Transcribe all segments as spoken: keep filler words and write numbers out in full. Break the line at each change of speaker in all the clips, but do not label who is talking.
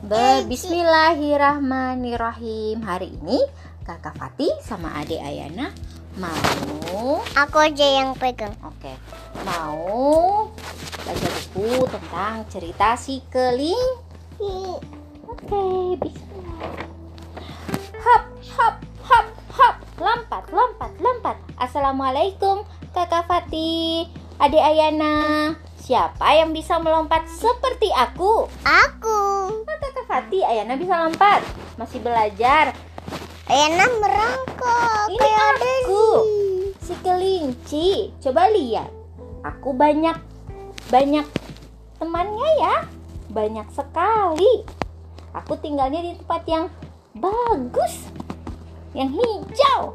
Bismillahirrahmanirrahim. Hari ini Kakak Fatih sama adik Ayana mau
Aku aja yang pegang.
Oke, mau baca buku tentang cerita si kelinci. Oke, bismillah. Hop, hop, hop, hop. Lompat, lompat, lompat. Assalamualaikum Kakak Fatih, adik Ayana. Siapa yang bisa melompat seperti aku?
Aku.
Nah, Kakak Fatih, Ayana bisa lompat. Masih belajar.
Ayana merangkak.
Ini
kayak
aku,
Desi.
si kelinci. Coba lihat. Aku banyak banyak temannya ya. Banyak sekali. Aku tinggalnya di tempat yang bagus, yang hijau.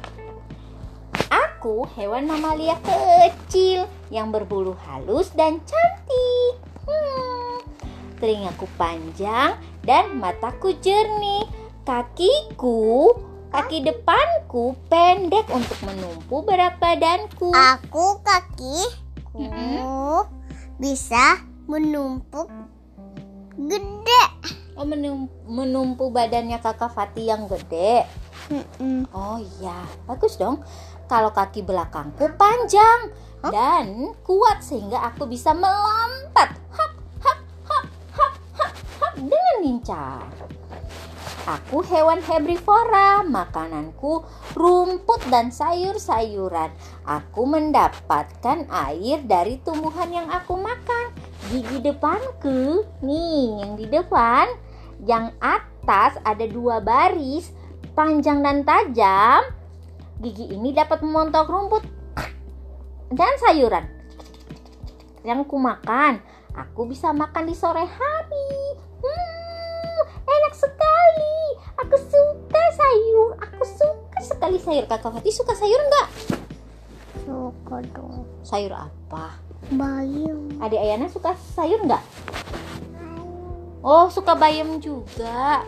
Aku hewan mamalia kecil yang berbulu halus dan cantik. Hmm. Telingaku panjang dan mataku jernih. Kakiku, kaki depanku pendek untuk menumpu berat badanku.
Aku kakiku
Mm-mm.
bisa menumpuk gede.
Oh, menum- menumpu badannya Kakak Fatih yang gede.
Mm-mm.
Oh iya, bagus dong. Kalau kaki belakangku panjang
Hah?
dan kuat sehingga aku bisa melompat hop, hop, hop, hop, hop, hop, dengan lincah. Aku hewan herbivora, makananku rumput dan sayur-sayuran. Aku mendapatkan air dari tumbuhan yang aku makan. Gigi depanku, nih yang di depan, yang atas ada dua baris, panjang dan tajam. Gigi ini dapat memontok rumput dan sayuran yang ku makan. Aku bisa makan di sore hari. Hmm, enak sekali. Aku suka sayur. Aku suka sekali sayur. Kakak Fatih suka sayur enggak?
Suka dong.
Sayur apa?
Bayam.
Adik Ayana suka sayur enggak? Oh, suka bayam juga.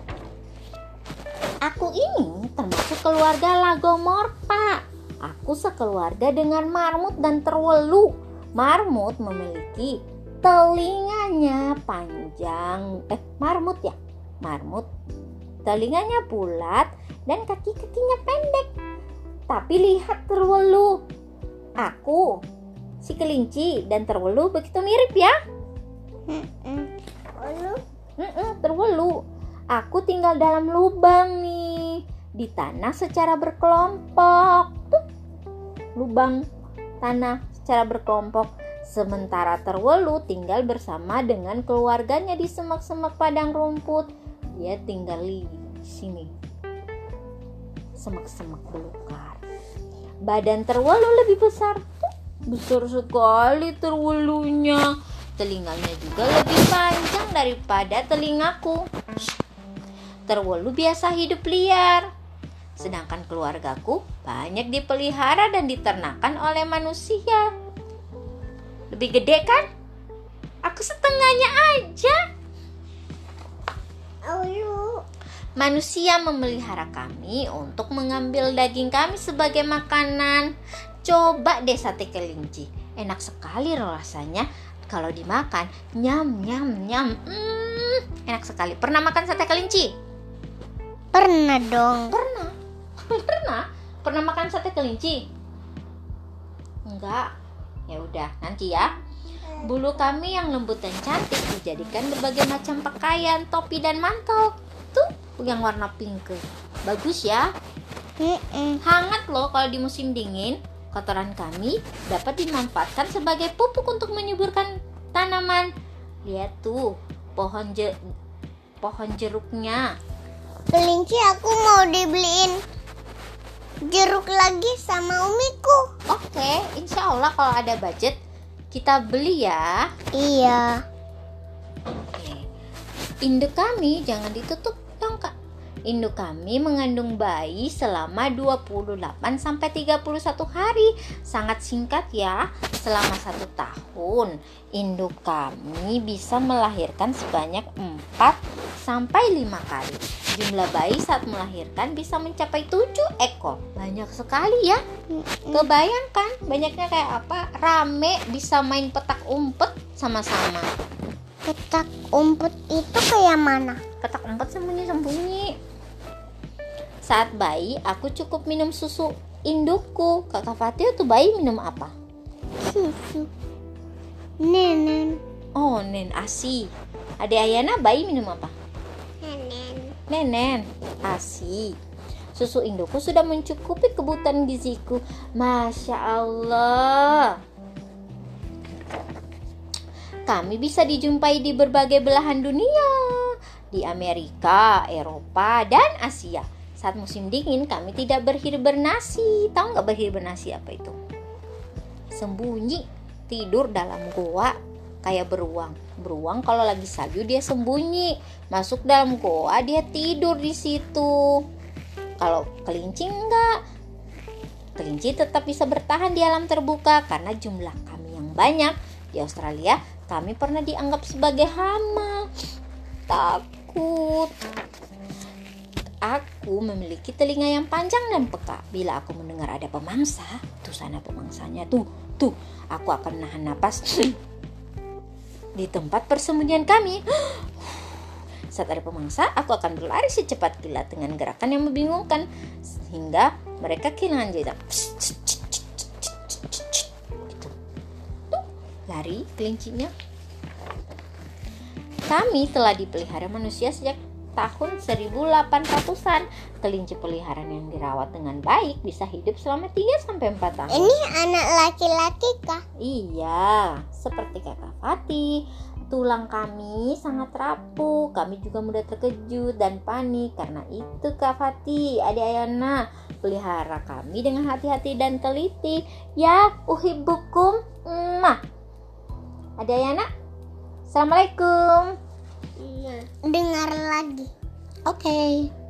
Aku ini termasuk keluarga Lagomorpha. Aku sekeluarga dengan marmut dan terwelu. Marmut memiliki telinganya panjang. Eh, marmut ya? Marmut. Telinganya bulat dan kaki-kakinya pendek. Tapi lihat terwelu. Aku, si kelinci dan terwelu begitu mirip ya?
Mm-mm. Lalu
Mm-mm, terwelu. Aku tinggal dalam lubang nih, di tanah secara berkelompok. Tuh, lubang tanah secara berkelompok. Sementara terwelu tinggal bersama dengan keluarganya di semak-semak padang rumput. Dia tinggal di sini, semak-semak belukar. Badan terwelu lebih besar. Tuh, besar sekali terwelunya. Telinganya juga lebih panjang daripada telingaku. Terwelu biasa hidup liar. Sedangkan keluargaku banyak dipelihara dan diternakan oleh manusia. Lebih gede kan? Aku setengahnya aja.
Lalu
Manusia memelihara kami untuk mengambil daging kami sebagai makanan. Coba deh sate kelinci. Enak sekali rasanya. Kalau dimakan, nyam, nyam, nyam. Hmm, enak sekali. Pernah makan sate kelinci?
pernah dong.
Pernah. Pernah? Pernah makan sate kelinci? Enggak. Ya udah, nanti ya. Bulu kami yang lembut dan cantik dijadikan berbagai macam pakaian, topi dan mantel. Tuh, yang warna pink. Bagus ya.
Mm-mm.
Hangat loh kalau di musim dingin. Kotoran kami dapat dimanfaatkan sebagai pupuk untuk menyuburkan tanaman. Lihat tuh, pohon je pohon jeruknya.
Kelinci, aku mau dibeliin jeruk lagi sama umiku.
Oke, insya Allah kalau ada budget kita beli ya.
Iya.
Oke. Induk kami jangan ditutup dong Kak. Induk kami mengandung bayi selama dua puluh delapan sampai tiga puluh satu hari. Sangat singkat ya. Selama satu tahun, induk kami bisa melahirkan sebanyak empat sampai lima kali. Jumlah bayi saat melahirkan bisa mencapai tujuh ekor. Banyak sekali ya. Kebayangkan banyaknya kayak apa? Rame, bisa main petak umpet sama-sama.
Petak umpet itu kayak mana?
Petak umpet sembunyi-sembunyi. Saat bayi, aku cukup minum susu indukku. Kakak Fatih tuh bayi minum apa?
Susu. Nenen.
Oh, nen asi. Adik Ayana bayi minum apa?
Nenen.
Nenen, asi. Susu indukku sudah mencukupi kebutuhan giziku. Masya Allah. Kami bisa dijumpai di berbagai belahan dunia. Di Amerika, Eropa, dan Asia. Saat musim dingin kami tidak berhibernasi. Tahu nggak berhibernasi apa itu? Sembunyi, tidur dalam goa kayak beruang. Beruang kalau lagi salju dia sembunyi, masuk dalam goa dia tidur di situ. Kalau kelinci enggak. Kelinci tetap bisa bertahan di alam terbuka karena jumlah kami yang banyak. Di Australia kami pernah dianggap sebagai hama. Takut. Aku memiliki telinga yang panjang dan peka. Bila aku mendengar ada pemangsa, tuh sana pemangsanya tuh, tuh, aku akan menahan napas di tempat persembunyian kami. Saat ada pemangsa, aku akan berlari secepat kilat dengan gerakan yang membingungkan sehingga mereka kehilangan jejak. Gitu. Tuh, lari kelincinya. Kami telah dipelihara manusia sejak tahun seribu delapan ratusan. Kelinci peliharaan yang dirawat dengan baik bisa hidup selama tiga sampai empat tahun.
Ini anak laki-laki kah?
Iya, seperti Kakak Fatih. Tulang kami sangat rapuh. Kami juga mudah terkejut dan panik. Karena itu Kak Fatih, Adik Ayana, pelihara kami dengan hati-hati dan teliti. Ya, uhibbukum. Mwah. Adik Ayana, Assalamualaikum.
Dengar lagi.
Oke. Okay.